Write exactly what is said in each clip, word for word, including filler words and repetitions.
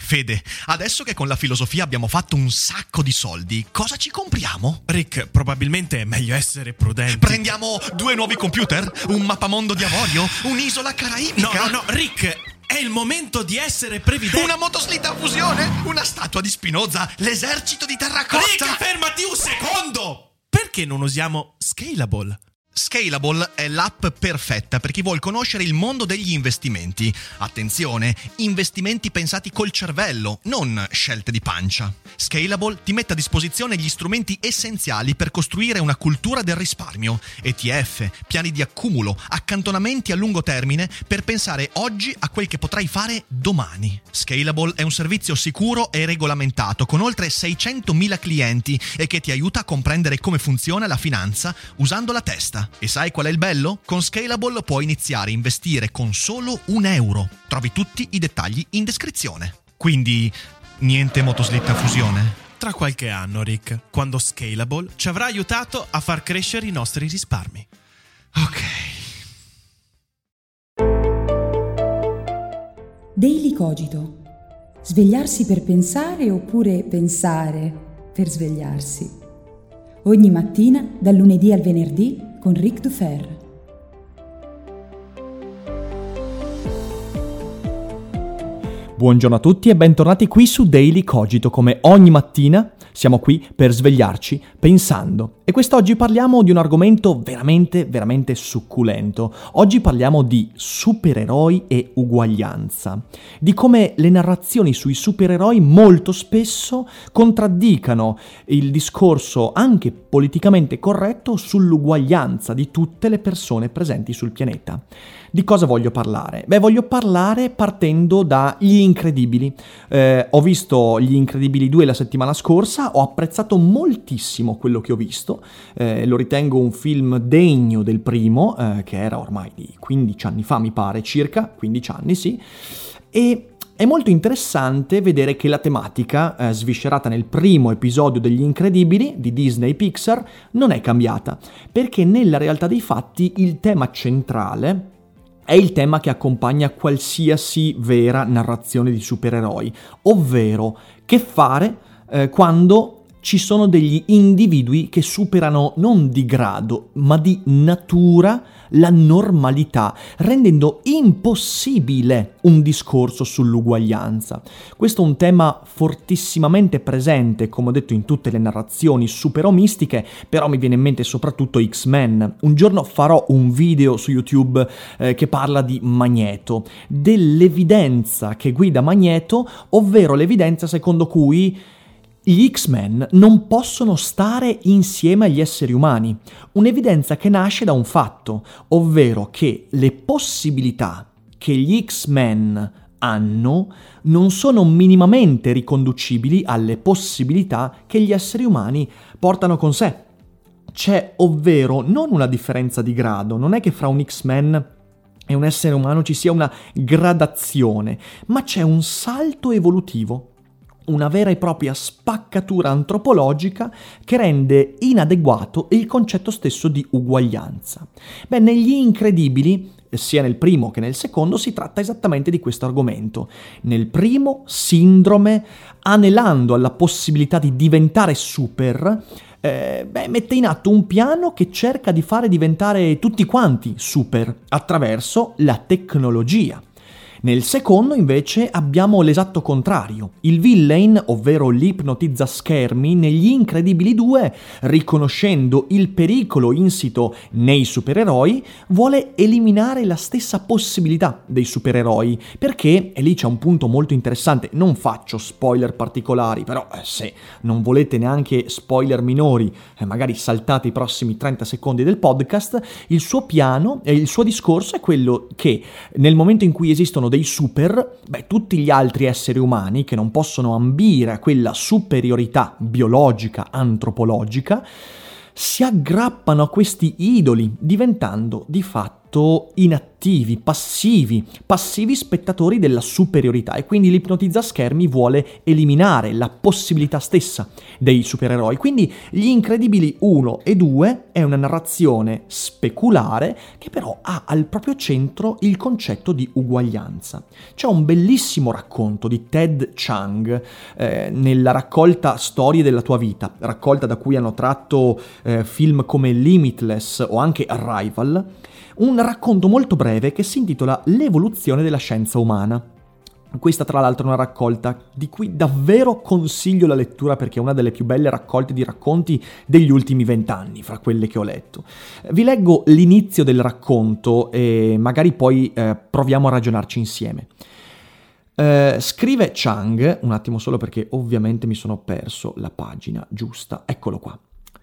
Fede, adesso che con la filosofia abbiamo fatto un sacco di soldi, cosa ci compriamo? Rick, probabilmente è meglio essere prudenti. Prendiamo due nuovi computer? Un mappamondo di avorio? Un'isola caraibica? No, no, no, Rick, è il momento di essere previdenti. Una motoslitta a fusione? Una statua di Spinoza? L'esercito di terracotta? Rick, fermati un secondo! Perché non usiamo Scalable? Scalable è l'app perfetta per chi vuol conoscere il mondo degli investimenti. Attenzione, investimenti pensati col cervello, non scelte di pancia. Scalable ti mette a disposizione gli strumenti essenziali per costruire una cultura del risparmio, E T F, piani di accumulo, accantonamenti a lungo termine per pensare oggi a quel che potrai fare domani. Scalable è un servizio sicuro e regolamentato con oltre seicentomila clienti e che ti aiuta a comprendere come funziona la finanza usando la testa. E sai qual è il bello? Con Scalable puoi iniziare a investire con solo un euro. Trovi tutti i dettagli in descrizione. Quindi, niente motoslitta a fusione? Tra qualche anno, Rick, quando Scalable ci avrà aiutato a far crescere i nostri risparmi. Ok. Daily Cogito. Svegliarsi per pensare oppure pensare per svegliarsi. Ogni mattina, dal lunedì al venerdì, con Ric Dufer. Buongiorno a tutti e bentornati qui su Daily Cogito. Come ogni mattina siamo qui per svegliarci pensando. E quest'oggi parliamo di un argomento veramente, veramente succulento. Oggi parliamo di supereroi e uguaglianza. Di come le narrazioni sui supereroi molto spesso contraddicano il discorso anche politicamente corretto sull'uguaglianza di tutte le persone presenti sul pianeta. Di cosa voglio parlare? Beh, voglio parlare partendo da Gli Incredibili. Eh, ho visto Gli Incredibili due la settimana scorsa, ho apprezzato moltissimo quello che ho visto, eh, lo ritengo un film degno del primo, eh, che era ormai di quindici anni fa, mi pare, circa, quindici anni, sì, e è molto interessante vedere che la tematica, eh, sviscerata nel primo episodio degli Incredibili di Disney Pixar, non è cambiata, perché nella realtà dei fatti il tema centrale è il tema che accompagna qualsiasi vera narrazione di supereroi, ovvero che fare eh, quando ci sono degli individui che superano non di grado, ma di natura la normalità, rendendo impossibile un discorso sull'uguaglianza. Questo è un tema fortissimamente presente, come ho detto, in tutte le narrazioni superomistiche, però mi viene in mente soprattutto X-Men. Un giorno farò un video su YouTube eh, che parla di Magneto, dell'evidenza che guida Magneto, ovvero l'evidenza secondo cui gli X-Men non possono stare insieme agli esseri umani, un'evidenza che nasce da un fatto, ovvero che le possibilità che gli X-Men hanno non sono minimamente riconducibili alle possibilità che gli esseri umani portano con sé. C'è, ovvero, non una differenza di grado, non è che fra un X-Men e un essere umano ci sia una gradazione, ma c'è un salto evolutivo, una vera e propria spaccatura antropologica che rende inadeguato il concetto stesso di uguaglianza. Beh, negli Incredibili, sia nel primo che nel secondo, si tratta esattamente di questo argomento. Nel primo, Sindrome, anelando alla possibilità di diventare super, eh, beh, mette in atto un piano che cerca di fare diventare tutti quanti super attraverso la tecnologia. Nel secondo, invece, abbiamo l'esatto contrario. Il villain, ovvero l'ipnotizza schermi, negli Incredibili due, riconoscendo il pericolo insito nei supereroi, vuole eliminare la stessa possibilità dei supereroi, perché, e lì c'è un punto molto interessante, non faccio spoiler particolari, però eh, se non volete neanche spoiler minori, eh, magari saltate i prossimi trenta secondi del podcast, il suo piano, eh, il suo discorso è quello che nel momento in cui esistono dei super, beh, tutti gli altri esseri umani che non possono ambire a quella superiorità biologica, antropologica, si aggrappano a questi idoli, diventando di fatto inattivi attivi, passivi, passivi spettatori della superiorità, e quindi l'ipnotizza-schermi vuole eliminare la possibilità stessa dei supereroi. Quindi Gli Incredibili uno e due è una narrazione speculare che però ha al proprio centro il concetto di uguaglianza. C'è un bellissimo racconto di Ted Chiang eh, nella raccolta Storie della tua vita, raccolta da cui hanno tratto eh, film come Limitless o anche Arrival, un racconto molto breve che si intitola L'evoluzione della scienza umana. Questa tra l'altro è una raccolta di cui davvero consiglio la lettura, perché è una delle più belle raccolte di racconti degli ultimi vent'anni, fra quelle che ho letto. Vi leggo l'inizio del racconto e magari poi eh, proviamo a ragionarci insieme. Eh, scrive Chiang, un attimo solo perché ovviamente mi sono perso la pagina giusta, eccolo qua.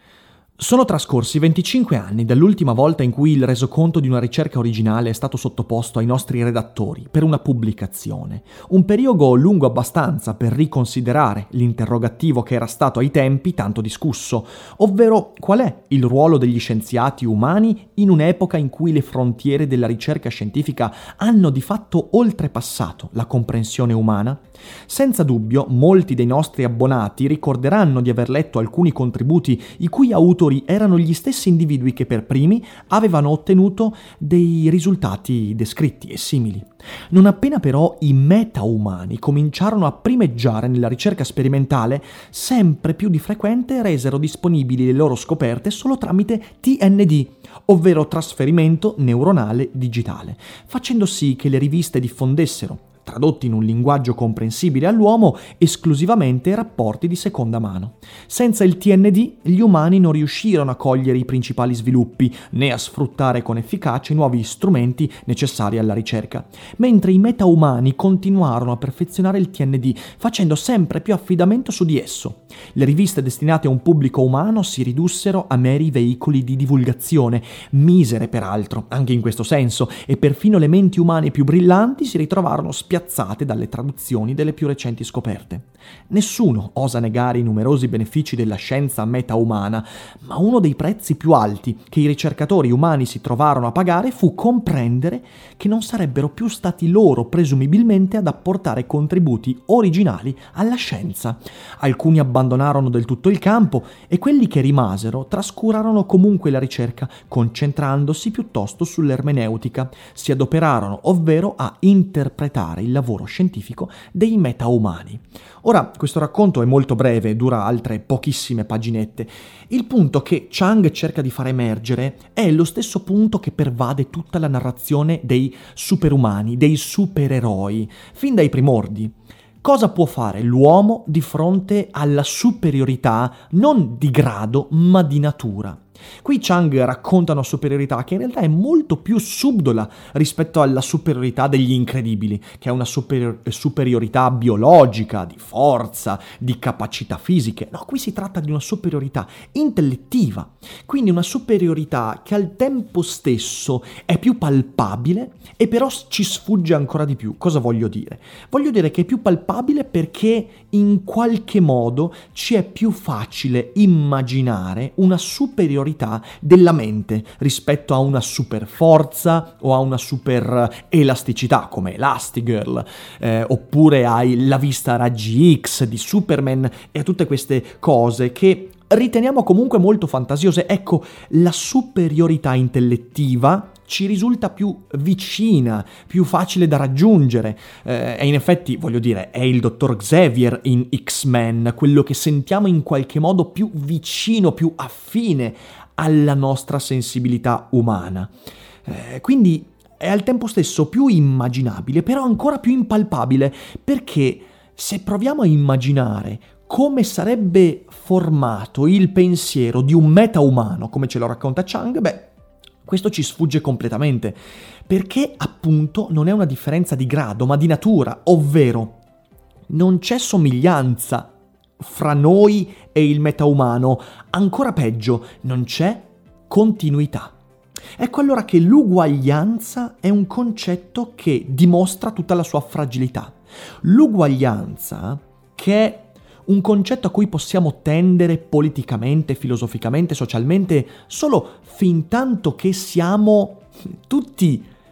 Sono trascorsi venticinque anni dall'ultima volta in cui il resoconto di una ricerca originale è stato sottoposto ai nostri redattori per una pubblicazione. Un periodo lungo abbastanza per riconsiderare l'interrogativo che era stato ai tempi tanto discusso, ovvero qual è il ruolo degli scienziati umani in un'epoca in cui le frontiere della ricerca scientifica hanno di fatto oltrepassato la comprensione umana? Senza dubbio, molti dei nostri abbonati ricorderanno di aver letto alcuni contributi i cui autori erano gli stessi individui che per primi avevano ottenuto dei risultati descritti e simili. Non appena però i meta-umani cominciarono a primeggiare nella ricerca sperimentale, sempre più di frequente resero disponibili le loro scoperte solo tramite T N D, ovvero trasferimento neuronale digitale, facendo sì che le riviste diffondessero, tradotti in un linguaggio comprensibile all'uomo, esclusivamente rapporti di seconda mano. Senza il T N D, gli umani non riuscirono a cogliere i principali sviluppi, né a sfruttare con efficacia i nuovi strumenti necessari alla ricerca, mentre i meta-umani continuarono a perfezionare il T N D, facendo sempre più affidamento su di esso. Le riviste destinate a un pubblico umano si ridussero a meri veicoli di divulgazione, misere peraltro, anche in questo senso, e perfino le menti umane più brillanti si ritrovarono spiazzate dalle traduzioni delle più recenti scoperte. Nessuno osa negare i numerosi benefici della scienza meta-umana, ma uno dei prezzi più alti che i ricercatori umani si trovarono a pagare fu comprendere che non sarebbero più stati loro presumibilmente ad apportare contributi originali alla scienza. Alcuni abbandonarono del tutto il campo e quelli che rimasero trascurarono comunque la ricerca, concentrandosi piuttosto sull'ermeneutica. Si adoperarono, ovvero a interpretare il lavoro scientifico dei meta-umani. Ora, questo racconto è molto breve, dura altre pochissime paginette. Il punto che Chiang cerca di far emergere è lo stesso punto che pervade tutta la narrazione dei superumani, dei supereroi, fin dai primordi. Cosa può fare l'uomo di fronte alla superiorità non di grado, ma di natura? Qui Chiang racconta una superiorità che in realtà è molto più subdola rispetto alla superiorità degli Incredibili, che è una super- superiorità biologica, di forza, di capacità fisiche. No, qui si tratta di una superiorità intellettiva, quindi una superiorità che al tempo stesso è più palpabile e però ci sfugge ancora di più. Cosa voglio dire? Voglio dire che è più palpabile perché in qualche modo ci è più facile immaginare una superiorità della mente rispetto a una super forza o a una super elasticità come Elastigirl, eh, oppure hai la vista a raggi X di Superman e a tutte queste cose che riteniamo comunque molto fantasiose. Ecco, la superiorità intellettiva ci risulta più vicina, più facile da raggiungere. Eh, e in effetti, voglio dire, è il dottor Xavier in X-Men, quello che sentiamo in qualche modo più vicino, più affine alla nostra sensibilità umana. Eh, quindi è al tempo stesso più immaginabile, però ancora più impalpabile, perché se proviamo a immaginare come sarebbe formato il pensiero di un meta-umano, come ce lo racconta Chiang, beh, questo ci sfugge completamente, perché appunto non è una differenza di grado, ma di natura, ovvero non c'è somiglianza fra noi e il meta-umano, ancora peggio, non c'è continuità. Ecco allora che l'uguaglianza è un concetto che dimostra tutta la sua fragilità. L'uguaglianza, che è un concetto a cui possiamo tendere politicamente, filosoficamente, socialmente, solo fin tanto che siamo tutti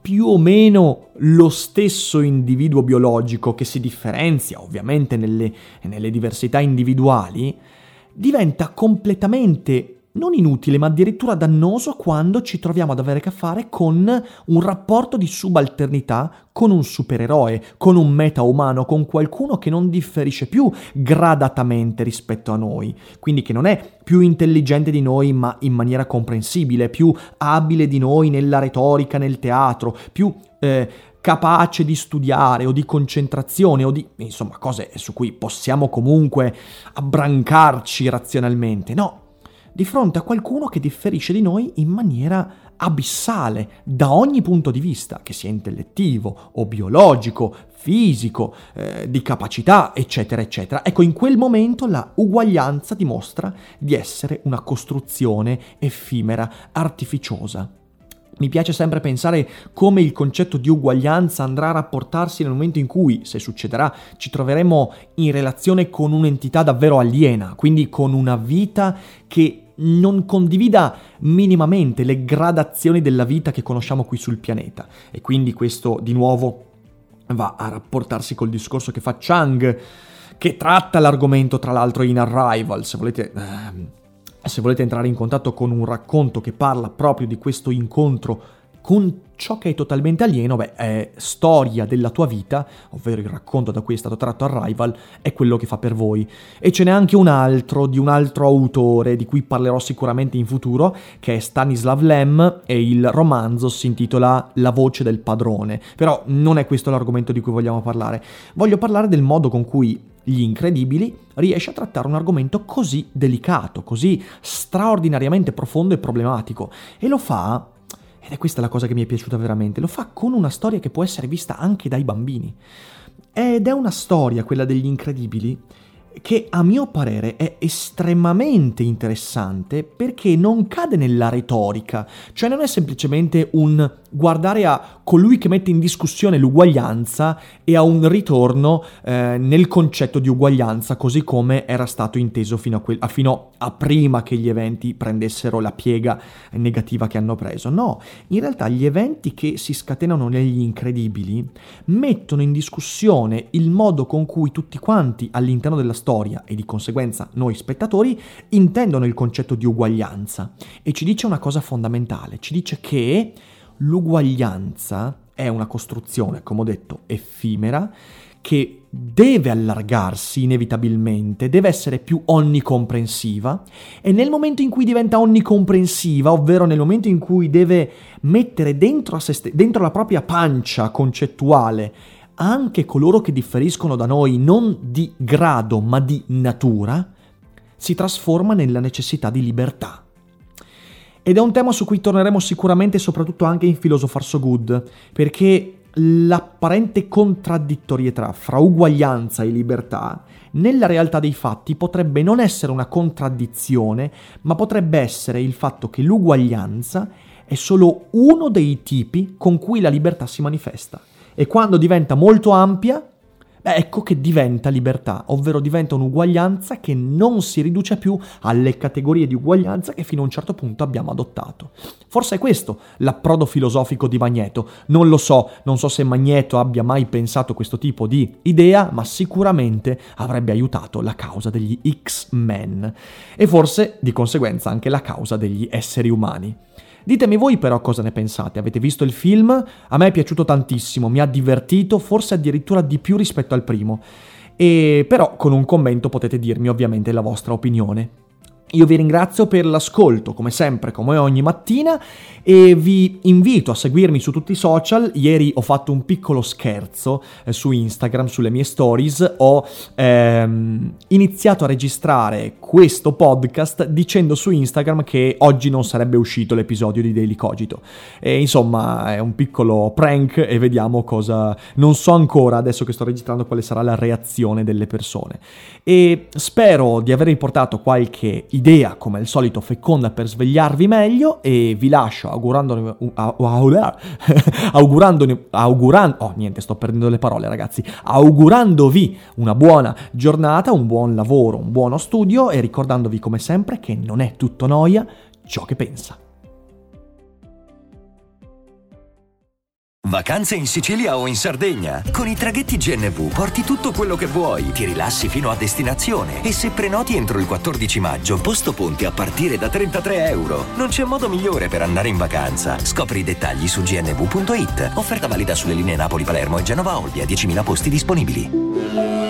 più o meno lo stesso individuo biologico, che si differenzia ovviamente nelle, nelle diversità individuali, diventa completamente non inutile, ma addirittura dannoso quando ci troviamo ad avere a che fare con un rapporto di subalternità con un supereroe, con un meta-umano, con qualcuno che non differisce più gradatamente rispetto a noi, quindi che non è più intelligente di noi ma in maniera comprensibile, più abile di noi nella retorica, nel teatro, più eh, capace di studiare o di concentrazione o di, insomma, cose su cui possiamo comunque abbrancarci razionalmente. No, di fronte a qualcuno che differisce di noi in maniera abissale da ogni punto di vista, che sia intellettivo o biologico, fisico, eh, di capacità, eccetera, eccetera. Ecco, in quel momento la uguaglianza dimostra di essere una costruzione effimera, artificiosa. Mi piace sempre pensare come il concetto di uguaglianza andrà a rapportarsi nel momento in cui, se succederà, ci troveremo in relazione con un'entità davvero aliena, quindi con una vita che non condivida minimamente le gradazioni della vita che conosciamo qui sul pianeta. E quindi questo, di nuovo, va a rapportarsi col discorso che fa Chang, che tratta l'argomento, tra l'altro, in Arrival. Se volete... Ehm, Se volete entrare in contatto con un racconto che parla proprio di questo incontro con ciò che è totalmente alieno, beh, è Storia della tua vita, ovvero il racconto da cui è stato tratto Arrival, è quello che fa per voi. E ce n'è anche un altro, di un altro autore, di cui parlerò sicuramente in futuro, che è Stanislav Lem, e il romanzo si intitola La voce del padrone. Però non è questo l'argomento di cui vogliamo parlare. Voglio parlare del modo con cui Gli Incredibili riesce a trattare un argomento così delicato, così straordinariamente profondo e problematico. E lo fa, ed è questa la cosa che mi è piaciuta veramente, lo fa con una storia che può essere vista anche dai bambini. Ed è una storia, quella degli Incredibili, che a mio parere è estremamente interessante perché non cade nella retorica, cioè non è semplicemente un guardare a colui che mette in discussione l'uguaglianza e a un ritorno eh, nel concetto di uguaglianza così come era stato inteso fino a, que- a, fino a prima che gli eventi prendessero la piega negativa che hanno preso. No, in realtà gli eventi che si scatenano negli Incredibili mettono in discussione il modo con cui tutti quanti all'interno della storia e di conseguenza noi spettatori intendono il concetto di uguaglianza, e ci dice una cosa fondamentale, ci dice che l'uguaglianza è una costruzione, come ho detto, effimera, che deve allargarsi inevitabilmente, deve essere più onnicomprensiva, e nel momento in cui diventa onnicomprensiva, ovvero nel momento in cui deve mettere dentro, a se st- dentro la propria pancia concettuale anche coloro che differiscono da noi non di grado ma di natura, si trasforma nella necessità di libertà. Ed è un tema su cui torneremo sicuramente, soprattutto anche in Philosopher So Good, perché l'apparente contraddittorietà fra uguaglianza e libertà nella realtà dei fatti potrebbe non essere una contraddizione, ma potrebbe essere il fatto che l'uguaglianza è solo uno dei tipi con cui la libertà si manifesta. E quando diventa molto ampia, beh, ecco che diventa libertà, ovvero diventa un'uguaglianza che non si riduce più alle categorie di uguaglianza che fino a un certo punto abbiamo adottato. Forse è questo l'approdo filosofico di Magneto. Non lo so, non so se Magneto abbia mai pensato questo tipo di idea, ma sicuramente avrebbe aiutato la causa degli X-Men e forse di conseguenza anche la causa degli esseri umani. Ditemi voi però cosa ne pensate. Avete visto il film? A me è piaciuto tantissimo, mi ha divertito, forse addirittura di più rispetto al primo. E però con un commento potete dirmi ovviamente la vostra opinione. Io vi ringrazio per l'ascolto, come sempre, come ogni mattina, e vi invito a seguirmi su tutti i social. Ieri ho fatto un piccolo scherzo eh, su Instagram, sulle mie stories. Ho ehm, iniziato a registrare questo podcast dicendo su Instagram che oggi non sarebbe uscito l'episodio di Daily Cogito. E insomma, è un piccolo prank e vediamo cosa... Non so ancora, adesso che sto registrando, quale sarà la reazione delle persone. E spero di aver riportato qualche idea, come al solito, feconda per svegliarvi meglio, e vi lascio augurandovi augurandovi augurando oh niente sto perdendo le parole ragazzi augurandovi una buona giornata, un buon lavoro, un buono studio, e ricordandovi come sempre che non è tutto noia ciò che pensa. Vacanze in Sicilia o in Sardegna? Con i traghetti G N V porti tutto quello che vuoi, ti rilassi fino a destinazione e se prenoti entro il quattordici maggio, posto ponti a partire da trentatré euro. Non c'è modo migliore per andare in vacanza. Scopri i dettagli su g n v punto i t. Offerta valida sulle linee Napoli-Palermo e Genova-Olbia, diecimila posti disponibili.